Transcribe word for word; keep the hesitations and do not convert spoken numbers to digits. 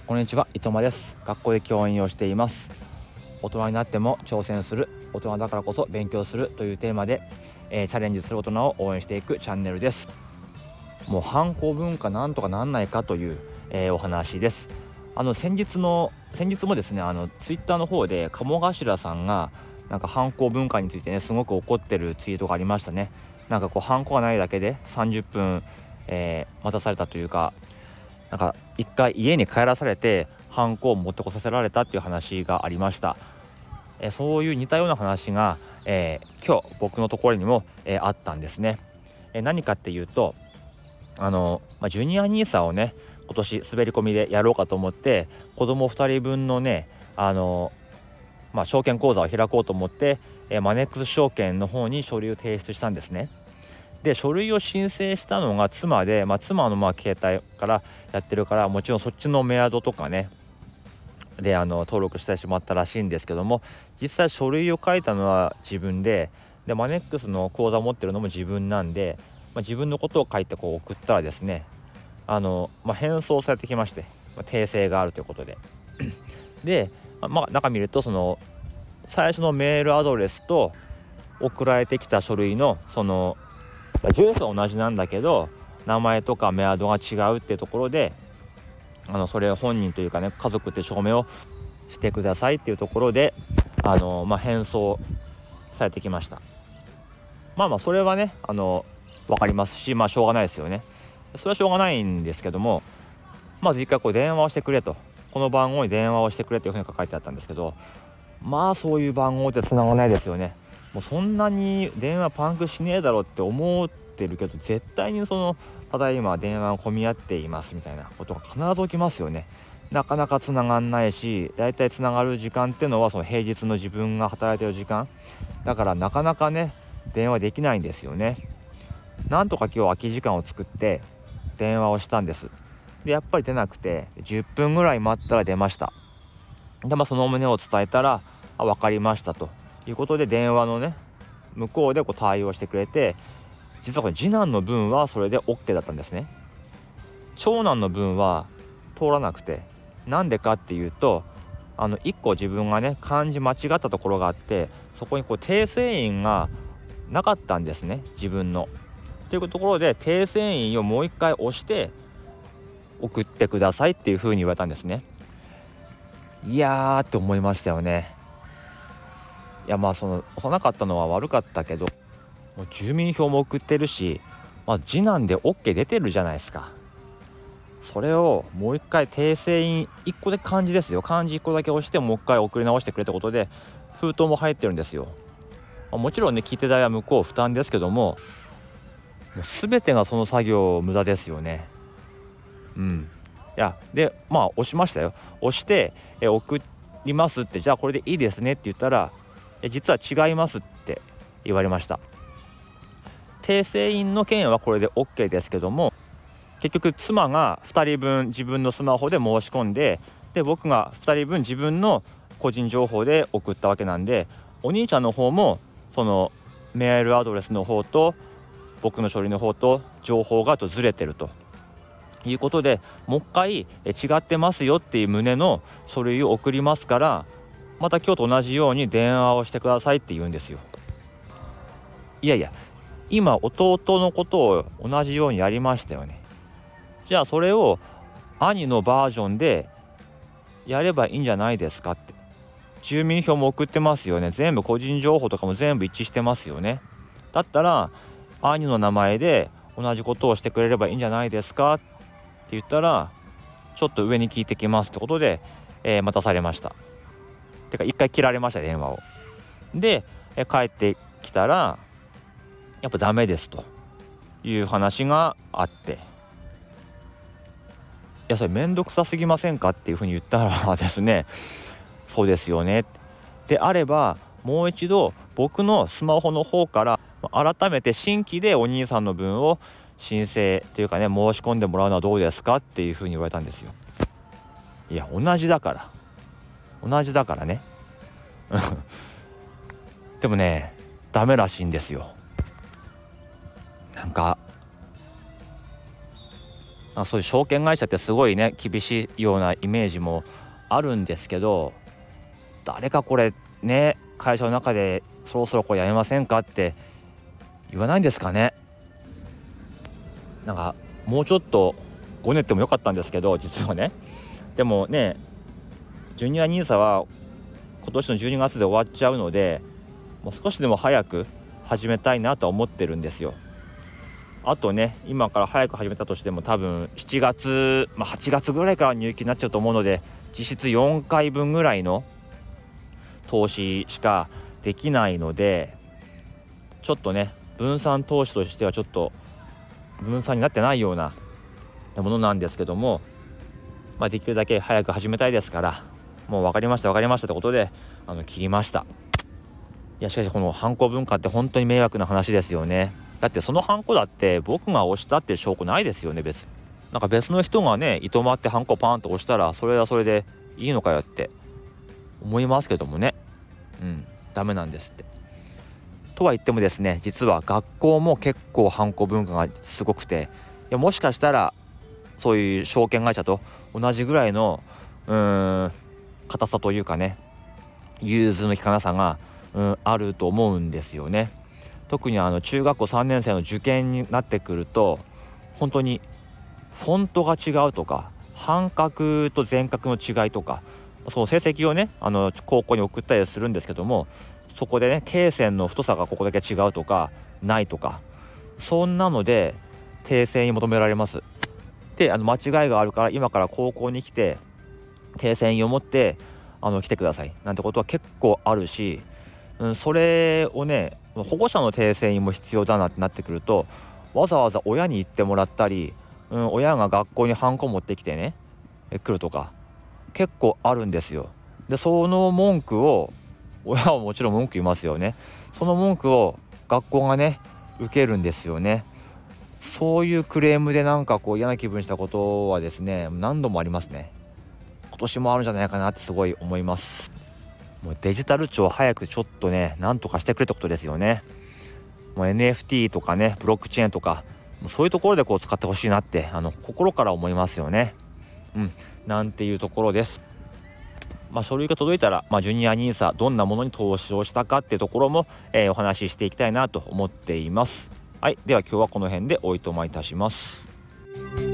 こんにちは、伊藤間です。学校で教員をしています。大人になっても挑戦する、大人だからこそ勉強するというテーマで、えー、チャレンジする大人を応援していくチャンネルです。もう反抗文化なんとかなんないかという、えー、お話です。あの先日の先日もですね、あのツイッターの方で鴨頭さんがなんか反抗文化についてねすごく怒ってるツイートがありましたね。なんかこう反抗がないだけでさんじゅっぷん、えー、待たされたというか、なんか一回家に帰らされてハンコを持ってこさせられたっていう話がありました。えー、そういう似たような話が、えー、今日僕のところにも、えー、あったんですね。えー、何かっていうと、あの、まあ、ジュニアニーサをね今年滑り込みでやろうかと思って子供ふたりぶんのねあの、まあ、証券口座を開こうと思って、えー、マネックス証券の方に書類を提出したんですね。で書類を申請したのが妻で、まあ、妻のまあ携帯からやってるから、もちろんそっちのメアドとかねであの登録してしまったらしいんですけども、実際書類を書いたのは自分で、でマネックスの口座を持ってるのも自分なんで、まあ、自分のことを書いてこう送ったらですね、あの、まあ、返送されてきまして、まあ、訂正があるということでで、まあ、中見るとその最初のメールアドレスと送られてきた書類のその住所は同じなんだけど名前とかメアドが違うっていうところで、あのそれ本人というかね家族って証明をしてくださいっていうところであの、まあ、返送されてきました。まあまあそれはねあの分かりますし、まあしょうがないですよね。それはしょうがないんですけども、まず一回こう電話をしてくれと、この番号に電話をしてくれというふうに書いてあったんですけど、まあそういう番号って繋がないですよね。もうそんなに電話パンクしねえだろって思ってるけど、絶対にそのただいま電話が混み合っていますみたいなことが必ず起きますよね。なかなか繋がんないし、だいたい繋がる時間っていうのはその平日の自分が働いてる時間だから、なかなかね電話できないんですよね。なんとか今日空き時間を作って電話をしたんです。でやっぱり出なくて、じゅっぷんぐらい待ったら出ました。でまあその旨を伝えたら、あ分かりましたということで電話のね向こうでこう対応してくれて、実はこれ次男の分はそれで OK だったんですね。長男の分は通らなくて、なんでかっていうと、あのいっこ自分がね漢字間違ったところがあって、そこにこう訂正印がなかったんですね、自分の。というところで訂正印をもう一回押して送ってくださいっていう風に言われたんですね。いやーって思いましたよね。いやまあその幼かったのは悪かったけど、もう住民票も送ってるし、まあ、次男で OK 出てるじゃないですか。それをもう一回訂正印いっこで漢字ですよ、漢字いっこだけ押してもう一回送り直してくれたことで封筒も入ってるんですよ。まあ、もちろんね聞いて代は向こう負担ですけども、もう全てがその作業無駄ですよね。うんいやでまあ押しましたよ。押してえ送りますって、じゃあこれでいいですねって言ったら、え実は違いますって言われました。訂正印の件はこれで OK ですけども、結局妻がふたりぶん自分のスマホで申し込んで、で僕がふたりぶん自分の個人情報で送ったわけなんで、お兄ちゃんの方もそのメールアドレスの方と僕の書類の方と情報がとずれてるということで、もう一回違ってますよっていう旨の書類を送りますから、また今日と同じように電話をしてくださいって言うんですよ。いやいや、今弟のことを同じようにやりましたよね。じゃあそれを兄のバージョンでやればいいんじゃないですかって。住民票も送ってますよね、全部個人情報とかも全部一致してますよね。だったら兄の名前で同じことをしてくれればいいんじゃないですかって言ったら、ちょっと上に聞いてきますってことで、えー、待たされました。てか一回切られました、電話を。で、えー、帰ってきたらやっぱダメですという話があって、いやそれめんどくさすぎませんかっていうふうに言ったらですね、そうですよねであればもう一度僕のスマホの方から改めて新規でお兄さんの分を申請というかね申し込んでもらうのはどうですかっていうふうに言われたんですよ。いや同じだから同じだからねでもねダメらしいんですよ。なんかあそういう証券会社ってすごいね厳しいようなイメージもあるんですけど、誰かこれね会社の中でそろそろこれやめませんかって言わないんですかね。なんかもうちょっとごねってもよかったんですけど、実はね。でもねジュニアニーサは今年のじゅうにがつで終わっちゃうので、もう少しでも早く始めたいなとは思ってるんですよ。あとね今から早く始めたとしても多分しちがつ、まあ、はちがつぐらいから入金になっちゃうと思うので、実質よんかいぶんぐらいの投資しかできないので、ちょっとね分散投資としてはちょっと分散になってないようなものなんですけども、まあ、できるだけ早く始めたいですから、もう分かりました分かりましたということであの切りました。いやしかしこのハンコ文化って本当に迷惑な話ですよね。だってそのハンコだって僕が押したって証拠ないですよね。別なんか別の人がねいとまってハンコパーンと押したらそれはそれでいいのかよって思いますけどもね。うんダメなんですって。とは言ってもですね、実は学校も結構ハンコ文化がすごくて、いやもしかしたらそういう証券会社と同じぐらいのうーん硬さというかね、融通の利かなさが、うん、あると思うんですよね。特にあの中学校さんねん生の受験になってくると本当にフォントが違うとか半角と全角の違いとか、その成績をねあの高校に送ったりするんですけども、そこでね罫線の太さがここだけ違うとかないとか、そんなので訂正に求められます。であの間違いがあるから今から高校に来て訂正を持ってあの来てくださいなんてことは結構あるし、うん、それをね保護者の訂正も必要だなってなってくると、わざわざ親に言ってもらったり、うん、親が学校にハンコ持ってきてねえ来るとか結構あるんですよ。でその文句を親はもちろん文句言いますよね。その文句を学校がね受けるんですよね。そういうクレームでなんかこう嫌な気分したことはですね何度もありますね。今年もあるんじゃないかなってすごい思います。もうデジタル庁早くちょっとねなんとかしてくれってことですよね。もう エヌエフティー とかねブロックチェーンとかそういうところでこう使ってほしいなってあの心から思いますよね。うんなんていうところです。まあ、書類が届いたら、まあ、ジュニアニーサどんなものに投資をしたかっていうところも、えー、お話ししていきたいなと思っています。はい、では今日はこの辺でおいとまいたします。